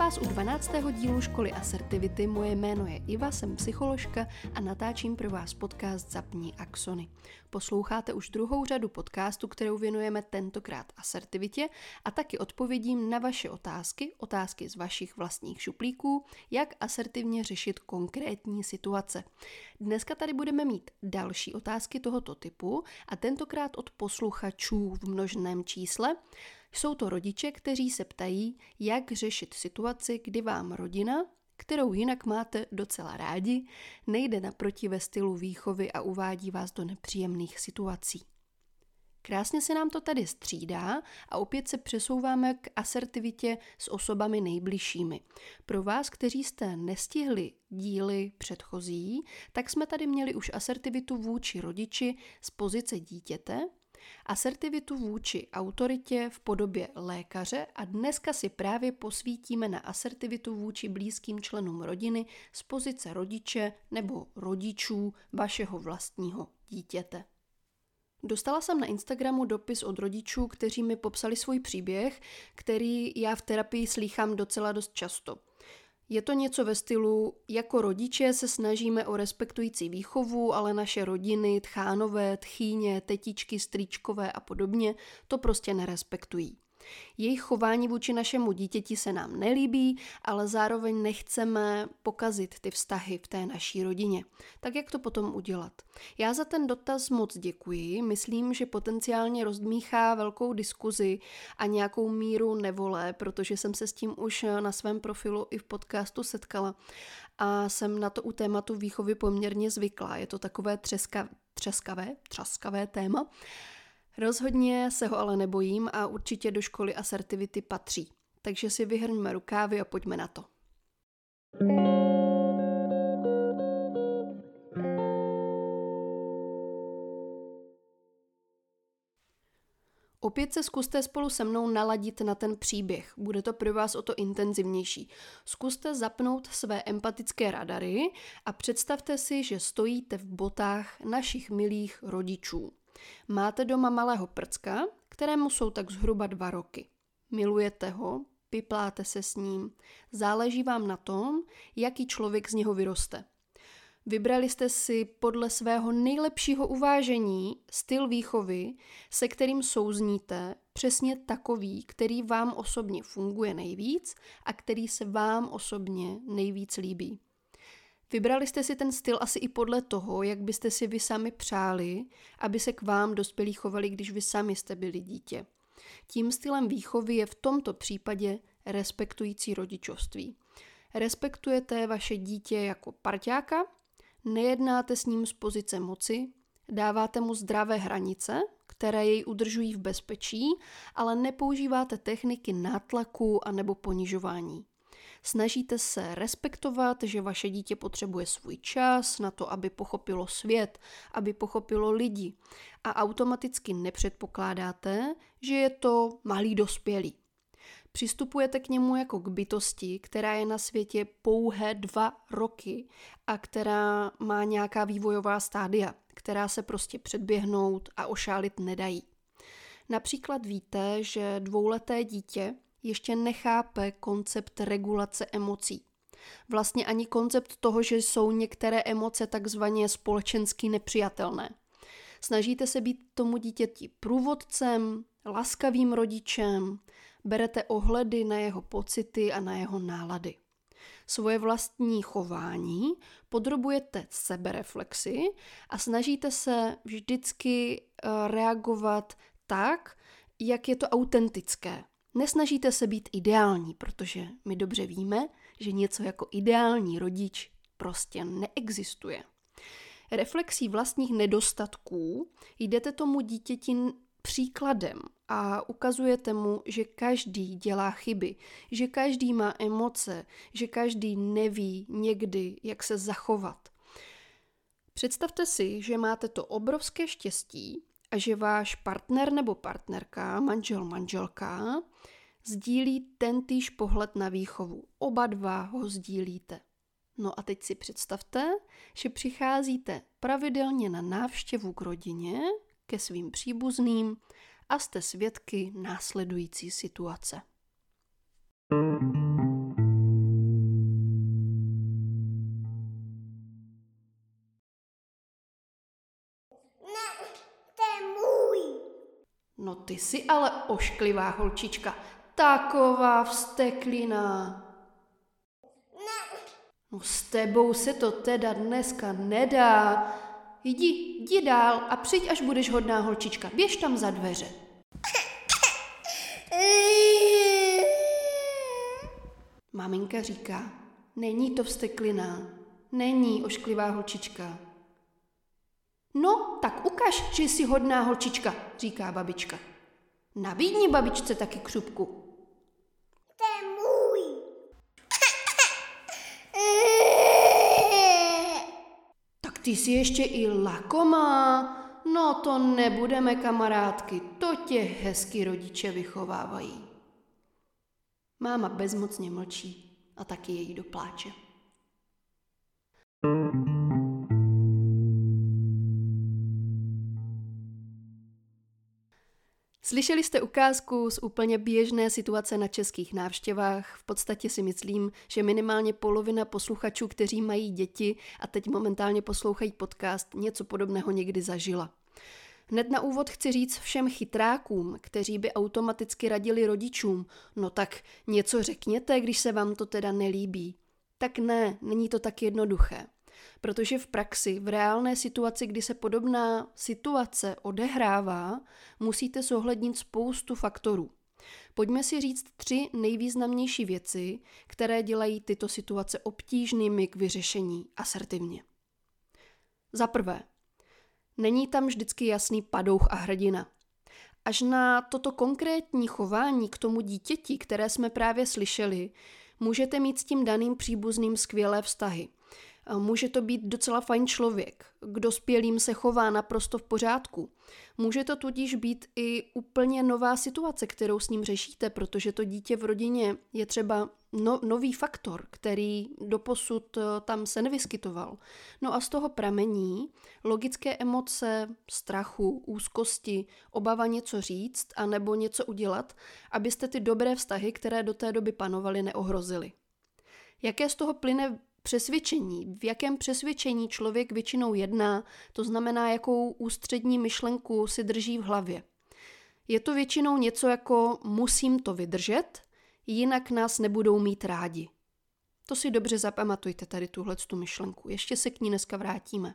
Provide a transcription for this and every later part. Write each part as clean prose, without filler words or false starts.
vás u 12. dílu Školy asertivity, moje jméno je Iva, jsem psycholožka a natáčím pro vás podcast Zapni axony. Posloucháte už druhou řadu podcastu, kterou věnujeme tentokrát asertivitě a taky odpovědím na vaše otázky z vašich vlastních šuplíků, jak asertivně řešit konkrétní situace. Dneska tady budeme mít další otázky tohoto typu a tentokrát od posluchačů v množném čísle. Jsou to rodiče, kteří se ptají, jak řešit situaci, kdy vám rodina, kterou jinak máte docela rádi, nejde naproti ve stylu výchovy a uvádí vás do nepříjemných situací. Krásně se nám to tady střídá a opět se přesouváme k asertivitě s osobami nejbližšími. Pro vás, kteří jste nestihli díly předchozí, tak jsme tady měli už asertivitu vůči rodiči z pozice dítěte, asertivitu vůči autoritě v podobě lékaře a dneska si právě posvítíme na asertivitu vůči blízkým členům rodiny z pozice rodiče nebo rodičů vašeho vlastního dítěte. Dostala jsem na Instagramu dopis od rodičů, kteří mi popsali svůj příběh, který já v terapii slýchám docela dost často. Je to něco ve stylu, jako rodiče se snažíme o respektující výchovu, ale naše rodiny, tchánové, tchýně, tetičky, strýčkové a podobně to prostě nerespektují. Jejich chování vůči našemu dítěti se nám nelíbí, ale zároveň nechceme pokazit ty vztahy v té naší rodině. Tak jak to potom udělat? Já za ten dotaz moc děkuji, myslím, že potenciálně rozdmíchá velkou diskuzi a nějakou míru nevole, protože jsem se s tím už na svém profilu i v podcastu setkala a jsem na to u tématu výchovy poměrně zvyklá. Je to takové třaskavé téma. Rozhodně se ho ale nebojím a určitě do školy asertivity patří. Takže si vyhrňme rukávy a pojďme na to. Opět se zkuste spolu se mnou naladit na ten příběh. Bude to pro vás o to intenzivnější. Zkuste zapnout své empatické radary a představte si, že stojíte v botách našich milých rodičů. Máte doma malého prcka, kterému jsou tak zhruba 2 roky. Milujete ho, pipláte se s ním, záleží vám na tom, jaký člověk z něho vyroste. Vybrali jste si podle svého nejlepšího uvážení styl výchovy, se kterým souzníte, přesně takový, který vám osobně funguje nejvíc a který se vám osobně nejvíc líbí. Vybrali jste si ten styl asi i podle toho, jak byste si vy sami přáli, aby se k vám dospělí chovali, když vy sami jste byli dítě. Tím stylem výchovy je v tomto případě respektující rodičovství. Respektujete vaše dítě jako parťáka, nejednáte s ním z pozice moci, dáváte mu zdravé hranice, které jej udržují v bezpečí, ale nepoužíváte techniky nátlaku anebo ponižování. Snažíte se respektovat, že vaše dítě potřebuje svůj čas na to, aby pochopilo svět, aby pochopilo lidi a automaticky nepředpokládáte, že je to malý dospělý. Přistupujete k němu jako k bytosti, která je na světě pouhé 2 roky a která má nějaká vývojová stádia, která se prostě předběhnout a ošálit nedají. Například víte, že 2leté dítě ještě nechápe koncept regulace emocí. Vlastně ani koncept toho, že jsou některé emoce takzvaně společensky nepřijatelné. Snažíte se být tomu dítěti průvodcem, laskavým rodičem, berete ohledy na jeho pocity a na jeho nálady. Svoje vlastní chování podrobujete sebereflexi a snažíte se vždycky reagovat tak, jak je to autentické. Nesnažíte se být ideální, protože my dobře víme, že něco jako ideální rodič prostě neexistuje. Reflexí vlastních nedostatků jdete tomu dítěti příkladem a ukazujete mu, že každý dělá chyby, že každý má emoce, že každý neví někdy, jak se zachovat. Představte si, že máte to obrovské štěstí a že váš partner nebo partnerka, manžel, manželka, sdílí tentýž pohled na výchovu. Oba dva ho sdílíte. No a teď si představte, že přicházíte pravidelně na návštěvu k rodině, ke svým příbuzným a jste svědky následující situace. ty jsi ale ošklivá holčička, taková vzteklina. No s tebou se to teda dneska nedá. Jdi dál a přijď, až budeš hodná holčička. Běž tam za dveře. Maminka říká, není to vzteklina, není ošklivá holčička. No, tak ukaž, že jsi hodná holčička, říká babička. Nabídni babičce taky křupku. To je můj. Tak ty jsi ještě i lakomá. No to nebudeme kamarádky, to tě hezky rodiče vychovávají. Máma bezmocně mlčí a taky jej dopláče. Slyšeli jste ukázku z úplně běžné situace na českých návštěvách. V podstatě si myslím, že minimálně polovina posluchačů, kteří mají děti a teď momentálně poslouchají podcast, něco podobného někdy zažila. Hned na úvod chci říct všem chytrákům, kteří by automaticky radili rodičům, no tak něco řekněte, když se vám to teda nelíbí. Tak ne, není to tak jednoduché. Protože v praxi, v reálné situaci, kdy se podobná situace odehrává, musíte zohlednit spoustu faktorů. Pojďme si říct 3 nejvýznamnější věci, které dělají tyto situace obtížnými k vyřešení asertivně. Za prvé, není tam vždycky jasný padouch a hrdina. Až na toto konkrétní chování k tomu dítěti, které jsme právě slyšeli, můžete mít s tím daným příbuzným skvělé vztahy. Může to být docela fajn člověk, k dospělým se chová naprosto v pořádku. Může to tudíž být i úplně nová situace, kterou s ním řešíte, protože to dítě v rodině je třeba nový faktor, který doposud tam se nevyskytoval. No a z toho pramení logické emoce, strachu, úzkosti, obava něco říct anebo něco udělat, abyste ty dobré vztahy, které do té doby panovaly, neohrozili. Jaké z toho plyne přesvědčení, v jakém přesvědčení člověk většinou jedná, to znamená, jakou ústřední myšlenku si drží v hlavě. Je to většinou něco jako musím to vydržet, jinak nás nebudou mít rádi. To si dobře zapamatujte tady tuhletu myšlenku, ještě se k ní dneska vrátíme.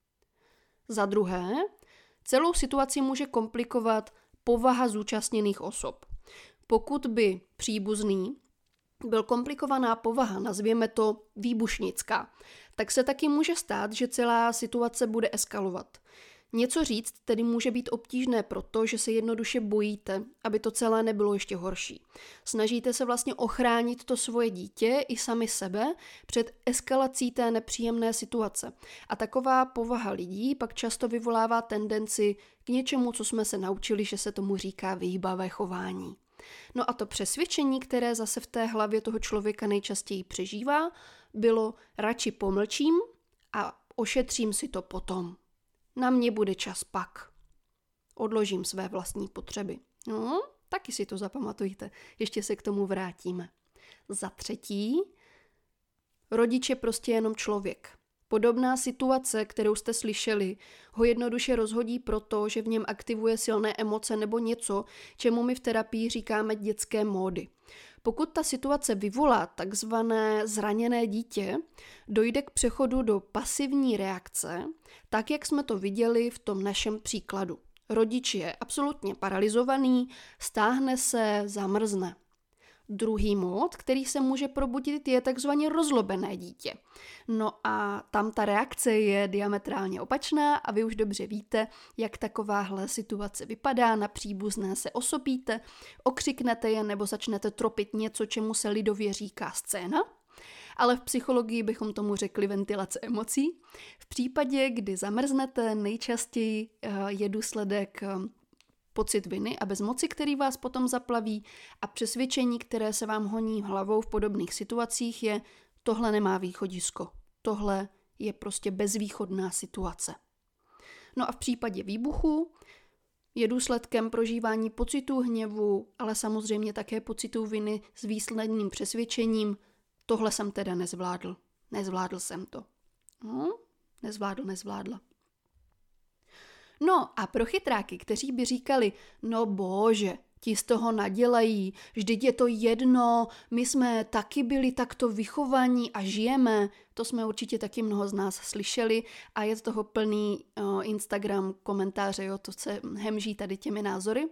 Za druhé, celou situaci může komplikovat povaha zúčastněných osob. Pokud by příbuzný byl komplikovaná povaha, nazvěme to výbušnická, tak se taky může stát, že celá situace bude eskalovat. Něco říct tedy může být obtížné proto, že se jednoduše bojíte, aby to celé nebylo ještě horší. Snažíte se vlastně ochránit to svoje dítě i sami sebe před eskalací té nepříjemné situace. A taková povaha lidí pak často vyvolává tendenci k něčemu, co jsme se naučili, že se tomu říká vyhýbavé chování. No a to přesvědčení, které zase v té hlavě toho člověka nejčastěji přežívá, bylo radši pomlčím a ošetřím si to potom. Na mě bude čas pak. Odložím své vlastní potřeby. No, taky si to zapamatujte, ještě se k tomu vrátíme. Za třetí, rodič je prostě jenom člověk. Podobná situace, kterou jste slyšeli, ho jednoduše rozhodí proto, že v něm aktivuje silné emoce nebo něco, čemu my v terapii říkáme dětské módy. Pokud ta situace vyvolá takzvané zraněné dítě, dojde k přechodu do pasivní reakce, tak jak jsme to viděli v tom našem příkladu. Rodič je absolutně paralyzovaný, stáhne se, zamrzne. Druhý mód, který se může probudit, je takzvaně rozlobené dítě. No a tam ta reakce je diametrálně opačná a vy už dobře víte, jak takováhle situace vypadá. Na příbuzné se osobíte, okřiknete je nebo začnete tropit něco, čemu se lidově říká scéna. Ale v psychologii bychom tomu řekli ventilace emocí. V případě, kdy zamrznete, nejčastěji je důsledek pocit viny a bezmoci, který vás potom zaplaví, a přesvědčení, které se vám honí hlavou v podobných situacích, je tohle nemá východisko. Tohle je prostě bezvýchodná situace. No a v případě výbuchu je důsledkem prožívání pocitů hněvu, ale samozřejmě také pocitů viny s výsledným přesvědčením: tohle jsem teda nezvládl. Nezvládl jsem to. Nezvládla. No a pro chytráky, kteří by říkali, no bože, ti z toho nadělají, vždyť je to jedno, my jsme taky byli takto vychovaní a žijeme, to jsme určitě taky mnoho z nás slyšeli a je z toho plný Instagram komentáře, jo, to se hemží tady těmi názory.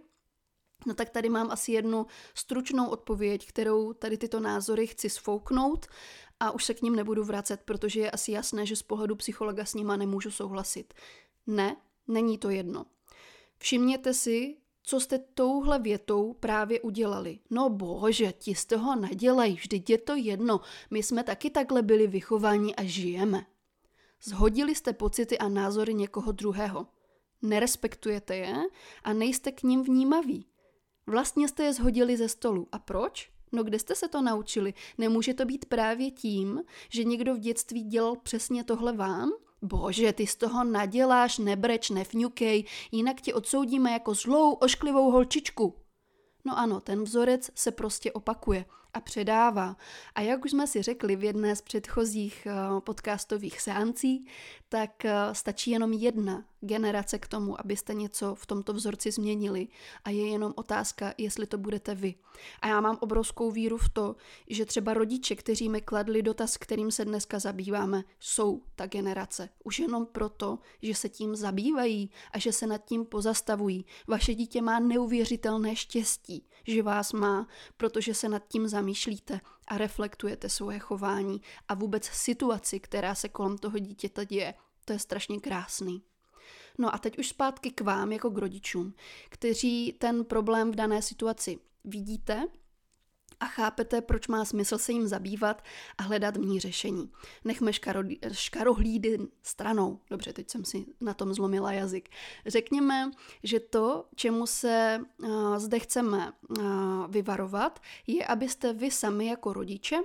No tak tady mám asi jednu stručnou odpověď, kterou tady tyto názory chci sfouknout a už se k ním nebudu vracet, protože je asi jasné, že z pohledu psychologa s nima nemůžu souhlasit. Ne, není to jedno. Všimněte si, co jste touhle větou právě udělali. No bože, ti z toho nadělají, vždyť je to jedno, my jsme taky takhle byli vychováni a žijeme. Zhodili jste pocity a názory někoho druhého. Nerespektujete je a nejste k nim vnímaví. Vlastně jste je zhodili ze stolu. A proč? No kde jste se to naučili? Nemůže to být právě tím, že někdo v dětství dělal přesně tohle vám? Bože, ty z toho naděláš, nebreč, nefňukej, jinak tě odsoudíme jako zlou, ošklivou holčičku. No ano, ten vzorec se prostě opakuje a předává. A jak už jsme si řekli v jedné z předchozích podcastových seancí, tak stačí jenom jedna generace k tomu, abyste něco v tomto vzorci změnili a je jenom otázka, jestli to budete vy. A já mám obrovskou víru v to, že třeba rodiče, kteří mi kladli dotaz, kterým se dneska zabýváme, jsou ta generace. Už jenom proto, že se tím zabývají a že se nad tím pozastavují. Vaše dítě má neuvěřitelné štěstí, že vás má, protože se nad tím zamýšlíte a reflektujete svoje chování a vůbec situaci, která se kolem toho dítěte děje. To je strašně krásný. No a teď už zpátky k vám jako k rodičům, kteří ten problém v dané situaci vidíte a chápete, proč má smysl se jim zabývat a hledat v ní řešení. Nechme škarohlídy stranou. Dobře, teď jsem si na tom zlomila jazyk. Řekněme, že to, čemu se zde chceme vyvarovat, je, abyste vy sami jako rodiče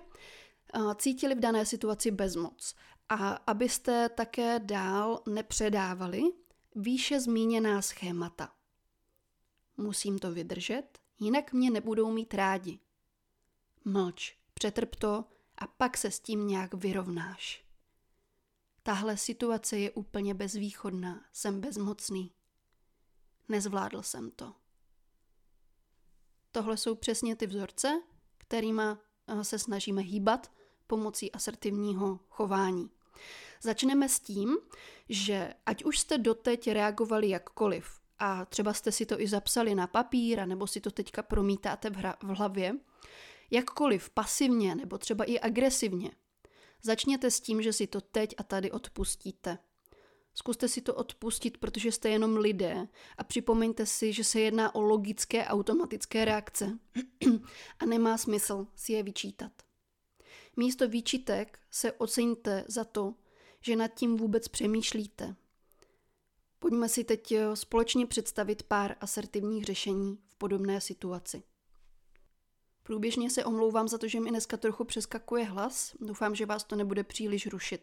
cítili v dané situaci bezmoc a abyste také dál nepředávali výše zmíněná schémata. Musím to vydržet, jinak mě nebudou mít rádi. Mlč, přetrp to a pak se s tím nějak vyrovnáš. Tahle situace je úplně bezvýchodná, jsem bezmocný. Nezvládl jsem to. Tohle jsou přesně ty vzorce, kterýma se snažíme hýbat pomocí asertivního chování. Začneme s tím, že ať už jste doteď reagovali jakkoliv a třeba jste si to i zapsali na papír, nebo si to teďka promítáte v hlavě, jakkoliv pasivně nebo třeba i agresivně, začněte s tím, že si to teď a tady odpustíte. Zkuste si to odpustit, protože jste jenom lidé a připomeňte si, že se jedná o logické automatické reakce a nemá smysl si je vyčítat. Místo výčitek se oceňte za to, že nad tím vůbec přemýšlíte. Pojďme si teď společně představit pár asertivních řešení v podobné situaci. Průběžně se omlouvám za to, že mi dneska trochu přeskakuje hlas. Doufám, že vás to nebude příliš rušit.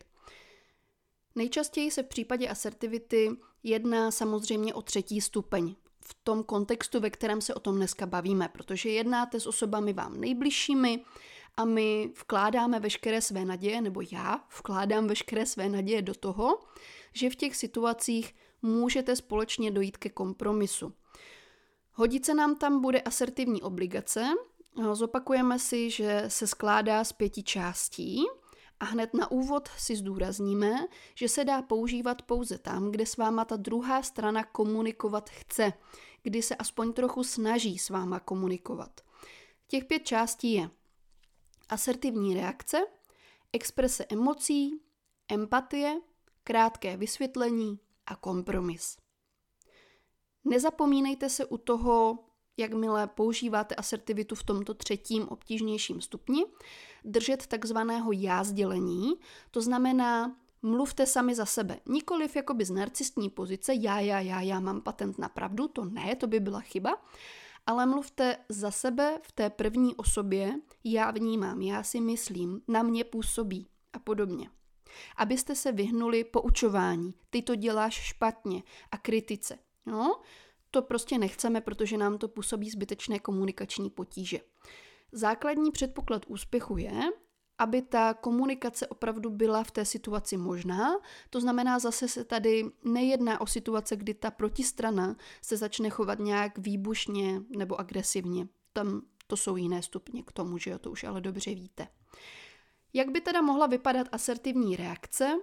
Nejčastěji se v případě asertivity jedná samozřejmě o 3. stupeň. V tom kontextu, ve kterém se o tom dneska bavíme, protože jednáte s osobami vám nejbližšími a my vkládáme veškeré své naděje, nebo já vkládám veškeré své naděje do toho, že v těch situacích můžete společně dojít ke kompromisu. Hodit se nám tam bude asertivní obligace. Zopakujeme si, že se skládá z 5 částí a hned na úvod si zdůrazníme, že se dá používat pouze tam, kde s váma ta druhá strana komunikovat chce, kdy se aspoň trochu snaží s váma komunikovat. Těch 5 částí je asertivní reakce, exprese emocí, empatie, krátké vysvětlení a kompromis. Nezapomínejte se u toho, jakmile používáte asertivitu v tomto 3. obtížnějším stupni, držet takzvaného já-sdělení, to znamená mluvte sami za sebe. Nikoliv jakoby z narcistní pozice, já mám patent na pravdu, to ne, to by byla chyba, ale mluvte za sebe v té první osobě, já vnímám, já si myslím, na mě působí a podobně. Abyste se vyhnuli poučování, ty to děláš špatně a kritice. No, to prostě nechceme, protože nám to působí zbytečné komunikační potíže. Základní předpoklad úspěchu je, aby ta komunikace opravdu byla v té situaci možná. To znamená, zase se tady nejedná o situace, kdy ta protistrana se začne chovat nějak výbušně nebo agresivně. Tam to jsou jiné stupně k tomu, že jo, to už ale dobře víte. Jak by teda mohla vypadat asertivní reakce?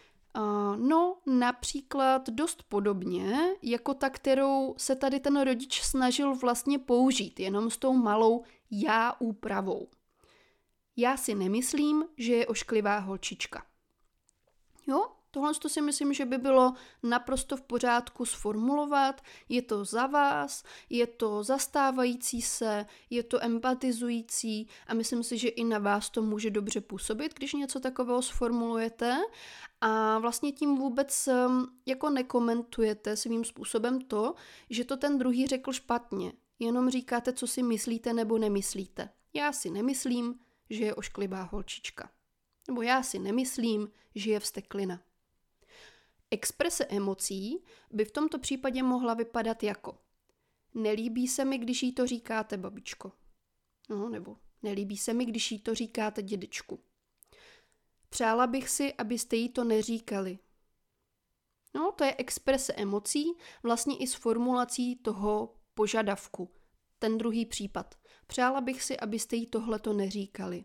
No, například dost podobně, jako ta, kterou se tady ten rodič snažil vlastně použít, jenom s tou malou já úpravou. Já si nemyslím, že je ošklivá holčička. Jo, tohle to si myslím, že by bylo naprosto v pořádku sformulovat. Je to za vás, je to zastávající se, je to empatizující a myslím si, že i na vás to může dobře působit, když něco takového sformulujete a vlastně tím vůbec jako nekomentujete svým způsobem to, že to ten druhý řekl špatně. Jenom říkáte, co si myslíte nebo nemyslíte. Já si nemyslím, že je ošklivá holčička. Nebo já si nemyslím, že je vzteklina. Exprese emocí by v tomto případě mohla vypadat jako nelíbí se mi, když jí to říkáte, babičko. No, nebo nelíbí se mi, když jí to říkáte, dědečku. Přála bych si, abyste jí to neříkali. No, to je exprese emocí, vlastně i s formulací toho požadavku. Ten druhý případ. Přála bych si, abyste jí tohleto neříkali.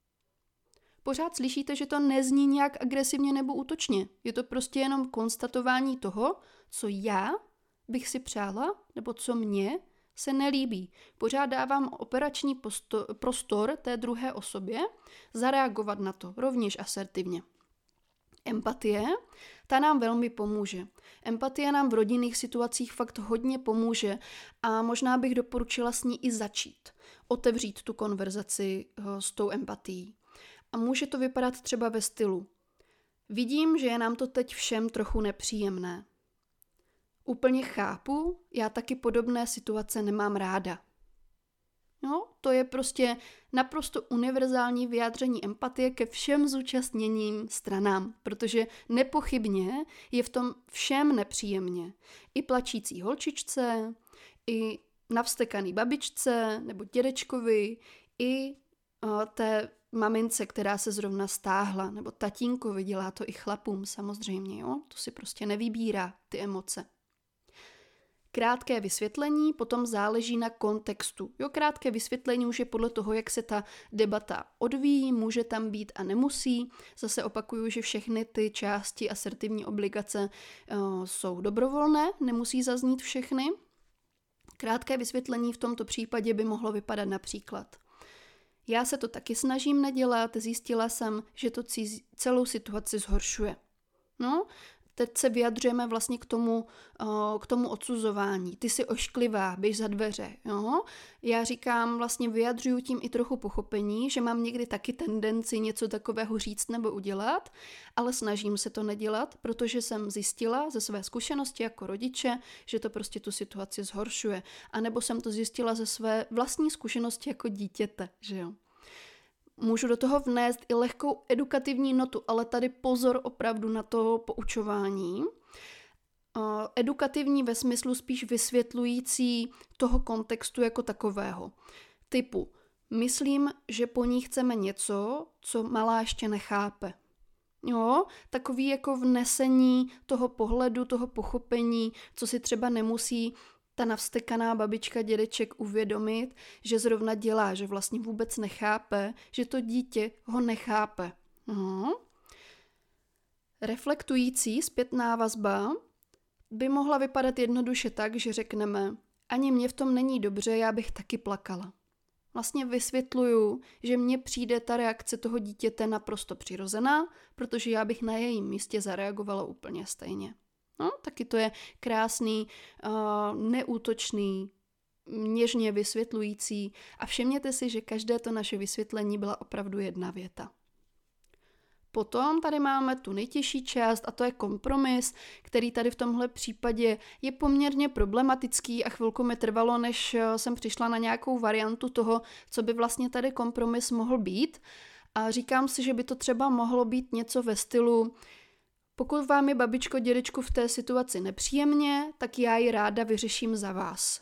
Pořád slyšíte, že to nezní nějak agresivně nebo útočně. Je to prostě jenom konstatování toho, co já bych si přála, nebo co mně se nelíbí. Pořád dávám operační prostor té druhé osobě zareagovat na to, rovněž asertivně. Empatie, ta nám velmi pomůže. Empatie nám v rodinných situacích fakt hodně pomůže a možná bych doporučila s ní i začít. Otevřít tu konverzaci s tou empatií. A může to vypadat třeba ve stylu: vidím, že je nám to teď všem trochu nepříjemné. Úplně chápu, já taky podobné situace nemám ráda. No, to je prostě naprosto univerzální vyjádření empatie ke všem zúčastněným stranám, protože nepochybně je v tom všem nepříjemně. I plačící holčičce, i navstekaný babičce nebo dědečkovi, i té mamince, která se zrovna stáhla, nebo tatínkovi, dělá to i chlapům samozřejmě, jo? To si prostě nevybírá ty emoce. Krátké vysvětlení potom záleží na kontextu. Jo, krátké vysvětlení už je podle toho, jak se ta debata odvíjí, může tam být a nemusí. Zase opakuju, že všechny ty části asertivní obligace jsou dobrovolné, nemusí zaznít všechny. Krátké vysvětlení v tomto případě by mohlo vypadat například: já se to taky snažím nedělat, zjistila jsem, že to celou situaci zhoršuje. No, teď se vyjadřujeme vlastně k tomu odsuzování. Ty jsi ošklivá, běž za dveře. Jo? Já říkám, vlastně vyjadřuju tím i trochu pochopení, že mám někdy taky tendenci něco takového říct nebo udělat, ale snažím se to nedělat, protože jsem zjistila ze své zkušenosti jako rodiče, že to prostě tu situaci zhoršuje. A nebo jsem to zjistila ze své vlastní zkušenosti jako dítěte, že jo. Můžu do toho vnést i lehkou edukativní notu, ale tady pozor opravdu na to poučování. Edukativní ve smyslu spíš vysvětlující toho kontextu jako takového. Typu, myslím, že po ní chceme něco, co malá ještě nechápe. Jo, takový jako vnesení toho pohledu, toho pochopení, co si třeba nemusí ta navstekaná babička, dědeček uvědomit, že zrovna dělá, že vlastně vůbec nechápe, že to dítě ho nechápe. No. Reflektující zpětná vazba by mohla vypadat jednoduše tak, že řekneme: ani mě v tom není dobře, já bych taky plakala. Vlastně vysvětluju, že mně přijde ta reakce toho dítěte naprosto přirozená, protože já bych na jejím místě zareagovala úplně stejně. No, taky to je krásný, neútočný, něžně vysvětlující a všimněte si, že každé to naše vysvětlení byla opravdu jedna věta. Potom tady máme tu nejtěžší část a to je kompromis, který tady v tomhle případě je poměrně problematický a chvilku mi trvalo, než jsem přišla na nějakou variantu toho, co by vlastně tady kompromis mohl být. A říkám si, že by to třeba mohlo být něco ve stylu: pokud vám je babičko, dědečku v té situaci nepříjemně, tak já ji ráda vyřeším za vás.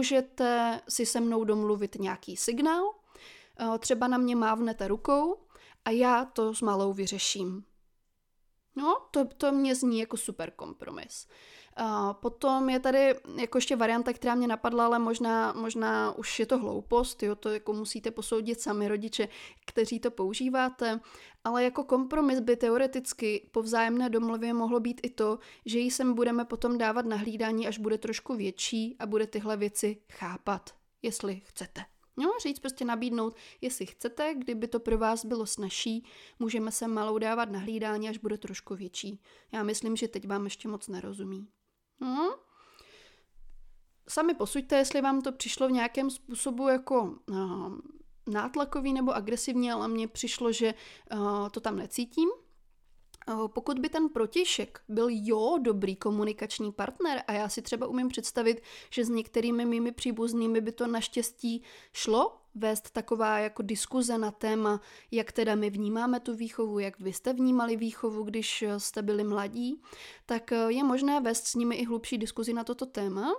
Můžete si se mnou domluvit nějaký signál, třeba na mě mávnete rukou a já to s malou vyřeším. No, to mě zní jako super kompromis. Potom je tady jako ještě varianta, která mě napadla, ale možná už je to hloupost, jo, to jako musíte posoudit sami rodiče, kteří to používáte, ale jako kompromis by teoreticky po vzájemné domluvě mohlo být i to, že ji sem budeme potom dávat na hlídání, až bude trošku větší a bude tyhle věci chápat, jestli chcete. No, říct prostě nabídnout, jestli chcete, kdyby to pro vás bylo snazší, můžeme se malou dávat na hlídání, až bude trošku větší. Já myslím, že teď vám ještě moc nerozumí. No. Sami posuďte, jestli vám to přišlo v nějakém způsobu jako nátlakový nebo agresivní, ale mně přišlo, že to tam necítím. Pokud by ten protějšek byl dobrý komunikační partner a já si třeba umím představit, že s některými mými příbuznými by to naštěstí šlo vést taková jako diskuze na téma, jak teda my vnímáme tu výchovu, jak vy jste vnímali výchovu, když jste byli mladí, tak je možné vést s nimi i hlubší diskuzi na toto téma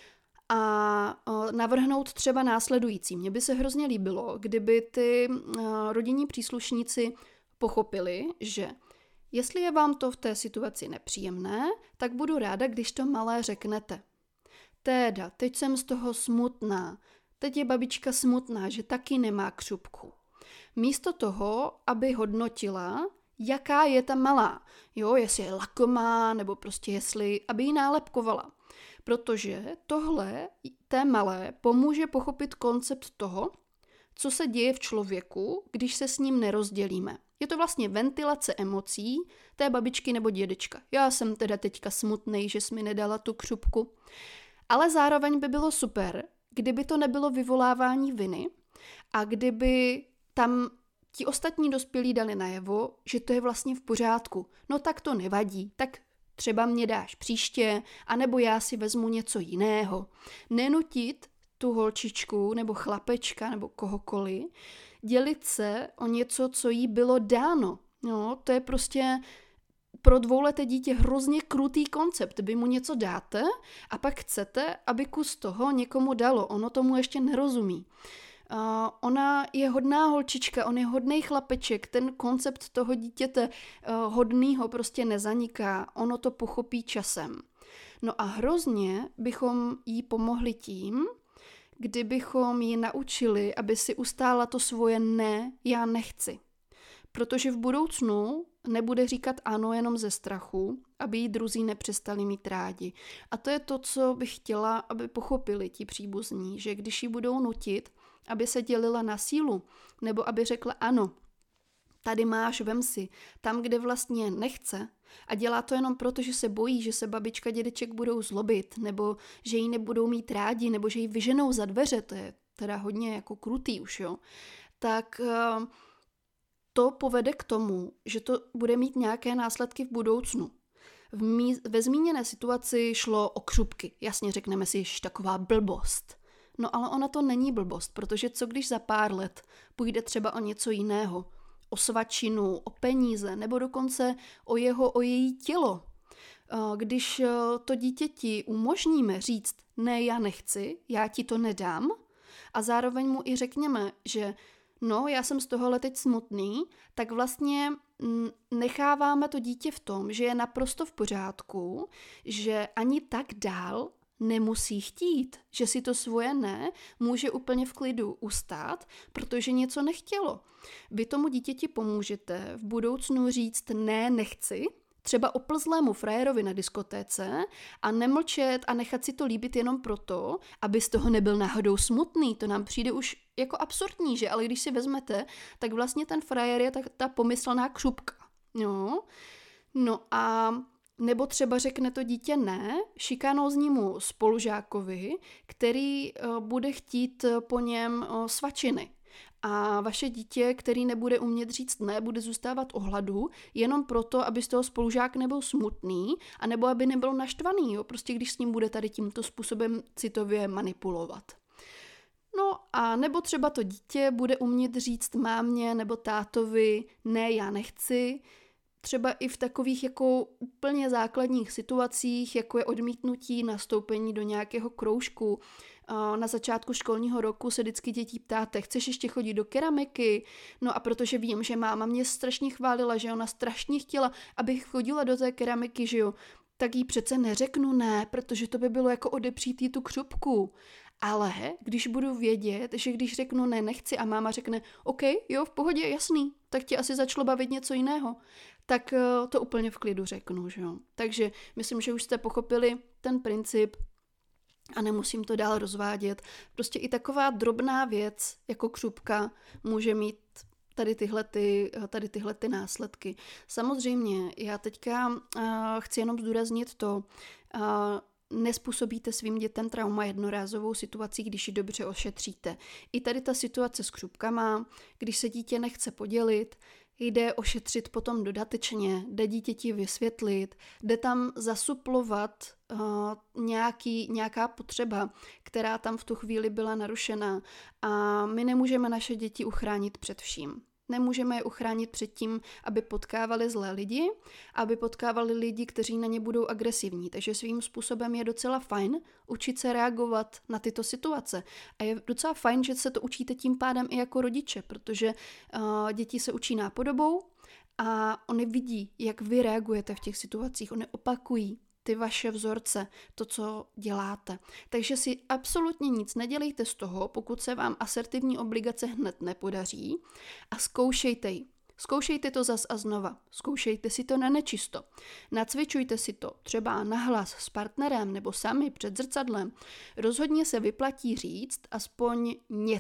a navrhnout třeba následující. Mně by se hrozně líbilo, kdyby ty rodinní příslušníci pochopili, že jestli je vám to v té situaci nepříjemné, tak budu ráda, když to malé řeknete. Téda, teď jsem z toho smutná. Teď je babička smutná, že taky nemá křupku. Místo toho, aby hodnotila, jaká je ta malá. Jo, jestli je lakomá, nebo prostě aby ji nálepkovala. Protože tohle té malé pomůže pochopit koncept toho, co se děje v člověku, když se s ním nerozdělíme. Je to vlastně ventilace emocí té babičky nebo dědečka. Já jsem teda teďka smutnej, že jsi mi nedala tu křupku. Ale zároveň by bylo super, kdyby to nebylo vyvolávání viny a kdyby tam ti ostatní dospělí dali najevo, že to je vlastně v pořádku. No tak to nevadí, tak třeba mě dáš příště, anebo já si vezmu něco jiného. Nenutit tu holčičku nebo chlapečka nebo kohokoliv dělit se o něco, co jí bylo dáno. No, to je prostě pro dvouleté dítě hrozně krutý koncept. Vy mu něco dáte a pak chcete, aby kus toho někomu dalo. Ono tomu ještě nerozumí. Ona je hodná holčička, on je hodnej chlapeček, ten koncept toho dítěte hodnýho prostě nezaniká, ono to pochopí časem. No a hrozně bychom jí pomohli tím, kdybychom ji naučili, aby si ustála to svoje ne, já nechci. Protože v budoucnu nebude říkat ano jenom ze strachu, aby jí druzí nepřestali mít rádi. A to je to, co bych chtěla, aby pochopili ti příbuzní, že když ji budou nutit, aby se dělila na sílu, nebo aby řekla ano, tady máš, vem si, tam, kde vlastně nechce a dělá to jenom proto, že se bojí, že se babička, dědeček budou zlobit, nebo že ji nebudou mít rádi, nebo že ji vyženou za dveře, to je teda hodně jako krutý už, jo, tak to povede k tomu, že to bude mít nějaké následky v budoucnu. Ve zmíněné situaci šlo o křupky. Jasně řekneme si, že taková blbost. No ale ona to není blbost, protože co když za pár let půjde třeba o něco jiného, o svačinu, o peníze, nebo dokonce o její tělo. Když to dítěti umožníme říct, ne, já nechci, já ti to nedám, a zároveň mu i řekněme, že no, já jsem z tohohle teď smutný, tak vlastně necháváme to dítě v tom, že je naprosto v pořádku, že ani tak dál nemusí chtít, že si to svoje ne může úplně v klidu ustát, protože něco nechtělo. Vy tomu dítěti pomůžete v budoucnu říct ne, nechci, třeba oplzlému frajerovi na diskotéce a nemlčet a nechat si to líbit jenom proto, aby z toho nebyl náhodou smutný. To nám přijde už jako absurdní, že? Ale když si vezmete, tak vlastně ten frajer je ta pomyslná křupka. No a nebo třeba řekne to dítě ne šikanóznímu spolužákovi, který bude chtít po něm svačiny. A vaše dítě, který nebude umět říct ne, bude zůstávat o hladu jenom proto, aby z toho spolužák nebyl smutný a nebo aby nebyl naštvaný, jo? Prostě když s ním bude tady tímto způsobem citově manipulovat. No a nebo třeba to dítě bude umět říct mámě nebo tátovi ne, já nechci, třeba i v takových jako úplně základních situacích, jako je odmítnutí nastoupení do nějakého kroužku, na začátku školního roku se vždycky dětí ptáte, chceš ještě chodit do keramiky? No a protože vím, že máma mě strašně chválila, že ona strašně chtěla, abych chodila do té keramiky, že jo, tak jí přece neřeknu ne, protože to by bylo jako odepřít jí tu křupku. Ale když budu vědět, že když řeknu ne, nechci a máma řekne OK, jo, v pohodě, jasný, tak tě asi začalo bavit něco jiného, tak to úplně v klidu řeknu, že jo. Takže myslím, že už jste pochopili ten princip a nemusím to dál rozvádět. Prostě i taková drobná věc jako křupka může mít tady tyhle následky. Samozřejmě, já teďka chci jenom zdůraznit to, nespůsobíte svým dětem trauma jednorázovou situací, když ji dobře ošetříte. I tady ta situace s křupkama, když se dítě nechce podělit, jde ošetřit potom dodatečně, jde dítěti vysvětlit, jde tam zasuplovat nějaká potřeba, která tam v tu chvíli byla narušená. A my nemůžeme naše děti uchránit před vším. Nemůžeme je uchránit před tím, aby potkávali zlé lidi, aby potkávali lidi, kteří na ně budou agresivní. Takže svým způsobem je docela fajn učit se reagovat na tyto situace. A je docela fajn, že se to učíte tím pádem i jako rodiče, protože děti se učí nápodobou a oni vidí, jak vy reagujete v těch situacích. Oni opakují ty vaše vzorce, to, co děláte. Takže si absolutně nic nedělejte z toho, pokud se vám asertivní obligace hned nepodaří a zkoušejte ji. Zkoušejte to zas a znova. Zkoušejte si to na nečisto. Nacvičujte si to třeba nahlas s partnerem nebo sami před zrcadlem. Rozhodně se vyplatí říct aspoň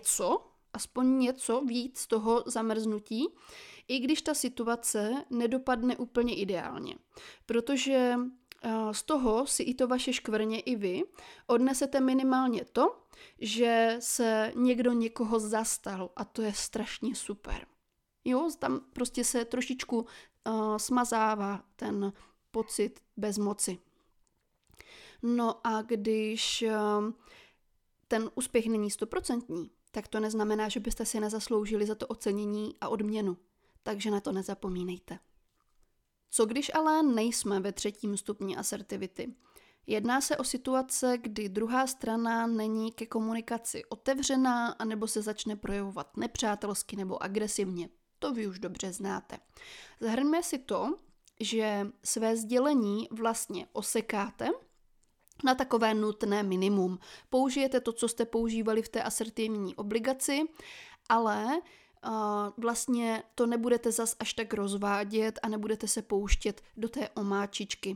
něco víc z toho zamrznutí, i když ta situace nedopadne úplně ideálně. Protože z toho si i to vaše škvrně i vy odnesete minimálně to, že se někdo někoho zastal a to je strašně super. Jo, tam prostě se trošičku smazává ten pocit bezmoci. No a když ten úspěch není 100%, tak to neznamená, že byste si nezasloužili za to ocenění a odměnu. Takže na to nezapomínejte. Co když ale nejsme ve 3. stupni asertivity? Jedná se o situace, kdy druhá strana není ke komunikaci otevřená anebo se začne projevovat nepřátelsky nebo agresivně. To vy už dobře znáte. Zahrňme si to, že své sdělení vlastně osekáte na takové nutné minimum. Použijete to, co jste používali v té asertivní obligaci, ale vlastně to nebudete zas až tak rozvádět a nebudete se pouštět do té omáčičky.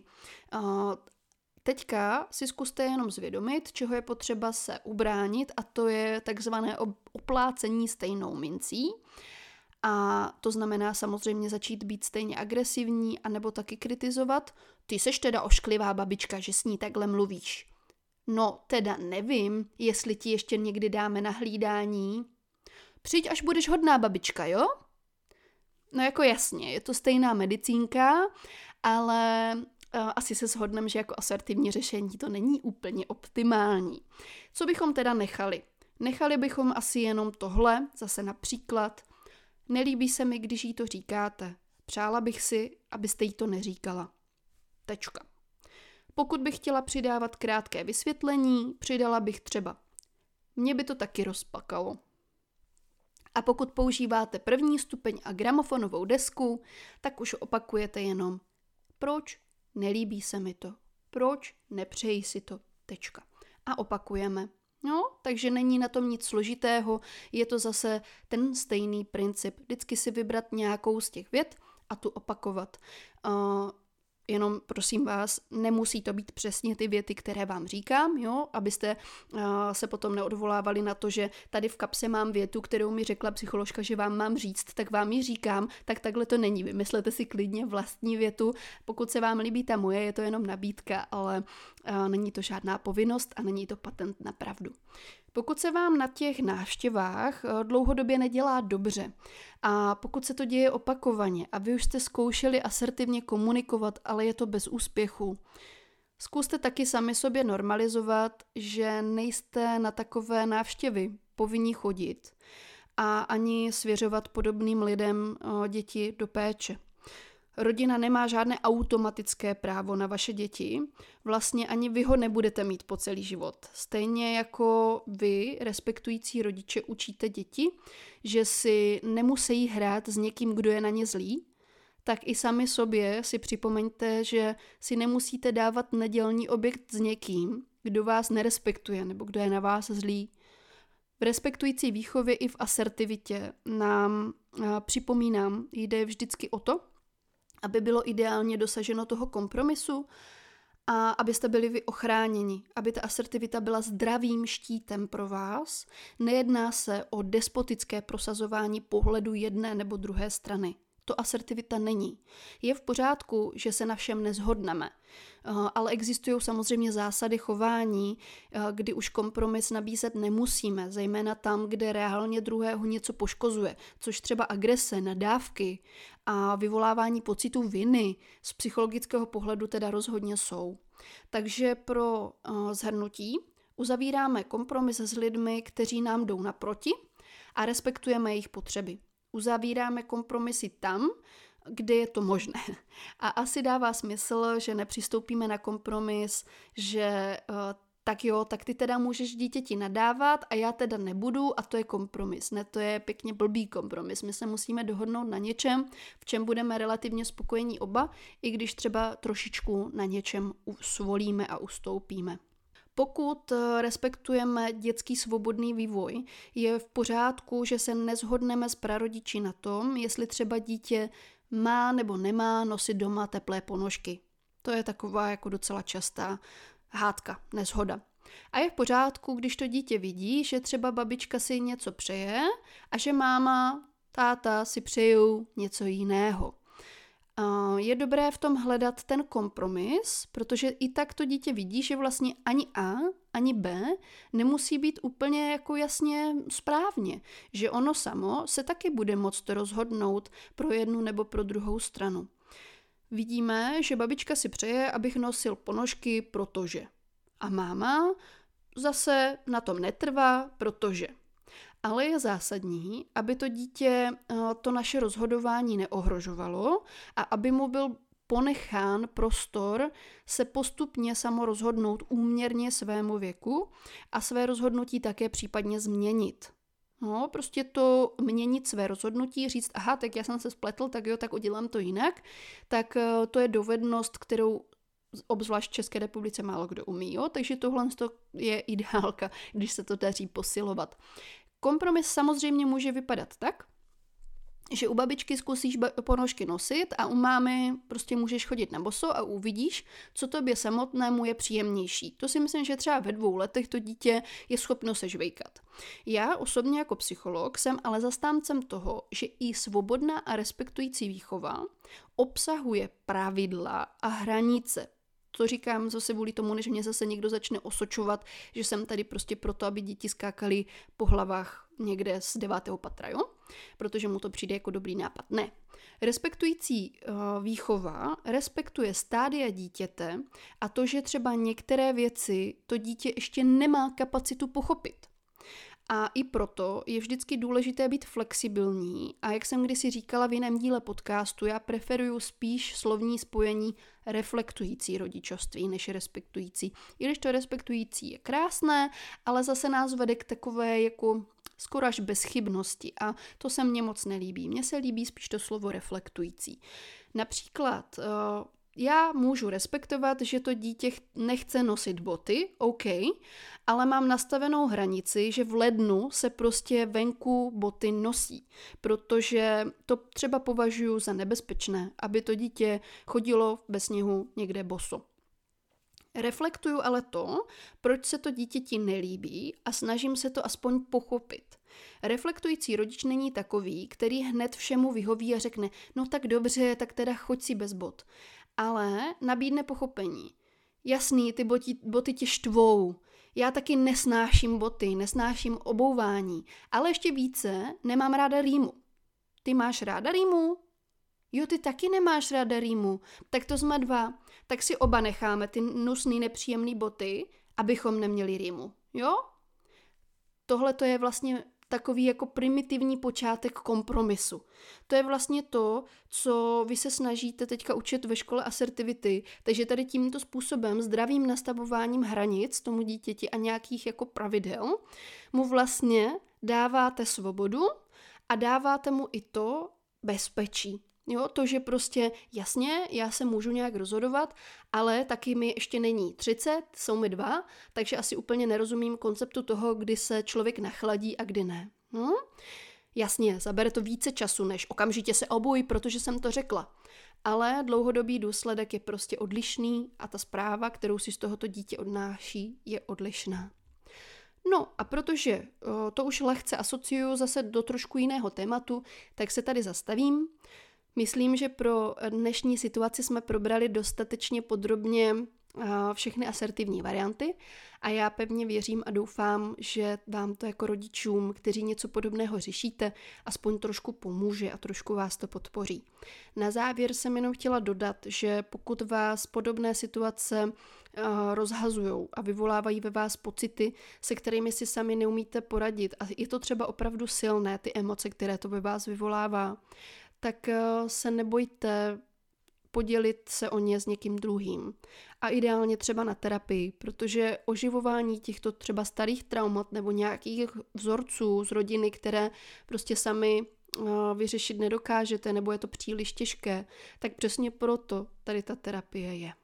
Teďka si zkuste jenom zvědomit, čeho je potřeba se ubránit, a to je takzvané oplácení stejnou mincí. A to znamená samozřejmě začít být stejně agresivní anebo taky kritizovat. Ty seš teda ošklivá babička, že s ní takhle mluvíš. No teda nevím, jestli ti ještě někdy dáme na hlídání. Přijď, až budeš hodná babička, jo? No jako jasně, je to stejná medicínka, ale asi se shodneme, že jako asertivní řešení to není úplně optimální. Co bychom teda nechali? Nechali bychom asi jenom tohle, zase například: nelíbí se mi, když jí to říkáte. Přála bych si, abyste jí to neříkala. Tečka. Pokud bych chtěla přidávat krátké vysvětlení, přidala bych třeba: mě by to taky rozplakalo. A pokud používáte 1. stupeň a gramofonovou desku, tak už opakujete jenom: proč nelíbí se mi to, proč nepřeji si to, tečka. A opakujeme. No, takže není na tom nic složitého, je to zase ten stejný princip. Vždycky si vybrat nějakou z těch vět a tu opakovat. Jenom prosím vás, nemusí to být přesně ty věty, které vám říkám, jo, abyste se potom neodvolávali na to, že tady v kapse mám větu, kterou mi řekla psycholožka, že vám mám říct, tak vám ji říkám, tak takhle to není. Vymyslete si klidně vlastní větu, pokud se vám líbí ta moje, je to jenom nabídka, ale není to žádná povinnost a není to patent na pravdu. Pokud se vám na těch návštěvách dlouhodobě nedělá dobře a pokud se to děje opakovaně a vy už jste zkoušeli asertivně komunikovat, ale je to bez úspěchu, zkuste taky sami sobě normalizovat, že nejste na takové návštěvy povinni chodit a ani svěřovat podobným lidem děti do péče. Rodina nemá žádné automatické právo na vaše děti, vlastně ani vy ho nebudete mít po celý život. Stejně jako vy, respektující rodiče, učíte děti, že si nemusí hrát s někým, kdo je na ně zlý, tak i sami sobě si připomeňte, že si nemusíte dávat nedělní objekt s někým, kdo vás nerespektuje nebo kdo je na vás zlý. V respektující výchově i v asertivitě nám připomínám, jde vždycky o to, aby bylo ideálně dosaženo toho kompromisu a abyste byli vy ochráněni, aby ta asertivita byla zdravým štítem pro vás. Nejedná se o despotické prosazování pohledu jedné nebo druhé strany. To asertivita není. Je v pořádku, že se na všem neshodneme, ale existují samozřejmě zásady chování, kdy už kompromis nabízet nemusíme, zejména tam, kde reálně druhého něco poškozuje, což třeba agrese, nadávky a vyvolávání pocitů viny z psychologického pohledu teda rozhodně jsou. Takže pro shrnutí uzavíráme kompromis s lidmi, kteří nám jdou naproti a respektujeme jejich potřeby. Uzavíráme kompromisy tam, kde je to možné. A asi dává smysl, že nepřistoupíme na kompromis, že tak ty teda můžeš dítěti nadávat a já teda nebudu a to je kompromis. Ne, to je pěkně blbý kompromis. My se musíme dohodnout na něčem, v čem budeme relativně spokojení oba, i když třeba trošičku na něčem svolíme a ustoupíme. Pokud respektujeme dětský svobodný vývoj, je v pořádku, že se neshodneme s prarodiči na tom, jestli třeba dítě má nebo nemá nosit doma teplé ponožky. To je taková jako docela častá hádka, neshoda. A je v pořádku, když to dítě vidí, že třeba babička si něco přeje a že máma, táta si přejou něco jiného. Je dobré v tom hledat ten kompromis, protože i tak to dítě vidí, že vlastně ani A, ani B nemusí být úplně jako jasně správně, že ono samo se taky bude moct rozhodnout pro jednu nebo pro druhou stranu. Vidíme, že babička si přeje, abych nosil ponožky, protože. A máma zase na tom netrvá, protože. Ale je zásadní, aby to dítě to naše rozhodování neohrožovalo a aby mu byl ponechán prostor se postupně samo rozhodnout úměrně svému věku a své rozhodnutí také případně změnit. No, prostě to měnit své rozhodnutí, říct, aha, tak já jsem se spletl, tak jo, tak udělám to jinak, tak to je dovednost, kterou obzvlášť v České republice málo kdo umí, jo? Takže tohle je ideálka, když se to daří posilovat. Kompromis samozřejmě může vypadat tak, že u babičky zkusíš ponožky nosit a u mámy prostě můžeš chodit na boso a uvidíš, co tobě samotnému je příjemnější. To si myslím, že třeba ve 2 letech to dítě je schopno se žvejkat. Já osobně jako psycholog jsem ale zastáncem toho, že i svobodná a respektující výchova obsahuje pravidla a hranice. To říkám zase kvůli tomu, než mě zase někdo začne osočovat, že jsem tady prostě proto, aby děti skákaly po hlavách někde z 9. patra, jo? Protože mu to přijde jako dobrý nápad. Ne. Respektující výchova respektuje stádia dítěte a to, že třeba některé věci to dítě ještě nemá kapacitu pochopit. A i proto je vždycky důležité být flexibilní a jak jsem kdysi říkala v jiném díle podcastu, já preferuju spíš slovní spojení reflektující rodičovství než respektující. I když to respektující je krásné, ale zase nás vede k takové jako skoro až bezchybnosti a to se mně moc nelíbí. Mně se líbí spíš to slovo reflektující. Například já můžu respektovat, že to dítě nechce nosit boty, OK, ale mám nastavenou hranici, že v lednu se prostě venku boty nosí, protože to třeba považuji za nebezpečné, aby to dítě chodilo ve sněhu někde boso. Reflektuju ale to, proč se to dítěti nelíbí a snažím se to aspoň pochopit. Reflektující rodič není takový, který hned všemu vyhoví a řekne, no tak dobře, tak teda choď si bez bot. Ale nabídne pochopení. Jasný, ty boty tě štvou. Já taky nesnáším boty, nesnáším obouvání, ale ještě více nemám ráda rýmu. Ty máš ráda rýmu? Jo, ty taky nemáš ráda rýmu. Tak to jsme 2. Tak si oba necháme ty nusný nepříjemný boty, abychom neměli rýmu. Jo? Tohle to je vlastně takový jako primitivní počátek kompromisu. To je vlastně to, co vy se snažíte teďka učit ve škole asertivity, takže tady tímto způsobem, zdravým nastavováním hranic tomu dítěti a nějakých jako pravidel, mu vlastně dáváte svobodu a dáváte mu i to bezpečí. Jo, to, že prostě jasně, já se můžu nějak rozhodovat, ale taky mi ještě není 30, jsou mi 2, takže asi úplně nerozumím konceptu toho, kdy se člověk nachladí a kdy ne. Jasně, zabere to více času, než okamžitě se obuj, protože jsem to řekla. Ale dlouhodobý důsledek je prostě odlišný a ta zpráva, kterou si z tohoto dítě odnáší, je odlišná. No a protože to už lehce asociuju zase do trošku jiného tématu, tak se tady zastavím. Myslím, že pro dnešní situaci jsme probrali dostatečně podrobně všechny asertivní varianty a já pevně věřím a doufám, že vám to jako rodičům, kteří něco podobného řešíte, aspoň trošku pomůže a trošku vás to podpoří. Na závěr jsem jenom chtěla dodat, že pokud vás podobné situace rozhazujou a vyvolávají ve vás pocity, se kterými si sami neumíte poradit a je to třeba opravdu silné, ty emoce, které to ve vás vyvolává, tak se nebojte podělit se o ně s někým druhým. A ideálně třeba na terapii, protože oživování těchto třeba starých traumat nebo nějakých vzorců z rodiny, které prostě sami vyřešit nedokážete nebo je to příliš těžké, tak přesně proto tady ta terapie je.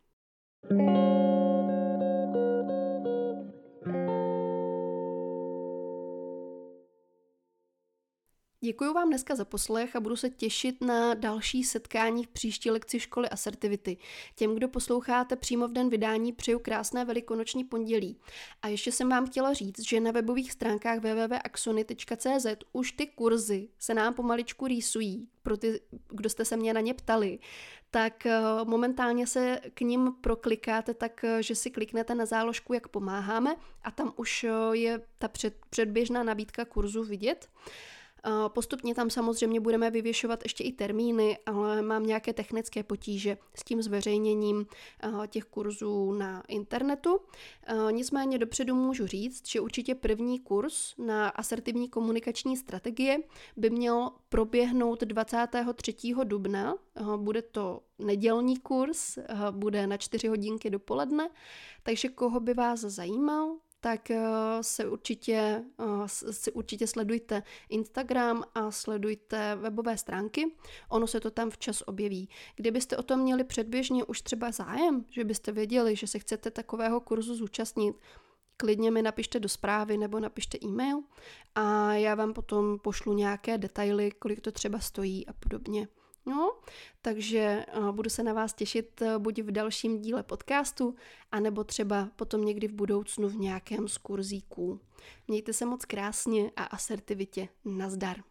Děkuji vám dneska za poslech a budu se těšit na další setkání v příští lekci školy asertivity. Těm, kdo posloucháte přímo v den vydání, přeju krásné velikonoční pondělí. A ještě jsem vám chtěla říct, že na webových stránkách www.axony.cz už ty kurzy se nám pomaličku rýsují. Pro ty, kdo jste se mě na ně ptali, tak momentálně se k nim proklikáte tak, že si kliknete na záložku Jak pomáháme a tam už je ta předběžná nabídka kurzu vidět. Postupně tam samozřejmě budeme vyvěšovat ještě i termíny, ale mám nějaké technické potíže s tím zveřejněním těch kurzů na internetu. Nicméně dopředu můžu říct, že určitě první kurz na asertivní komunikační strategie by měl proběhnout 23. dubna. Bude to nedělní kurz, bude na 4 hodinky dopoledne, takže koho by vás zajímal, tak si určitě sledujte Instagram a sledujte webové stránky. Ono se to tam včas objeví. Kdybyste o tom měli předběžně už třeba zájem, že byste věděli, že se chcete takového kurzu zúčastnit, klidně mi napište do zprávy nebo napište e-mail a já vám potom pošlu nějaké detaily, kolik to třeba stojí a podobně. No, takže budu se na vás těšit buď v dalším díle podcastu, anebo třeba potom někdy v budoucnu v nějakém z kurzíků. Mějte se moc krásně a asertivitě. Nazdar.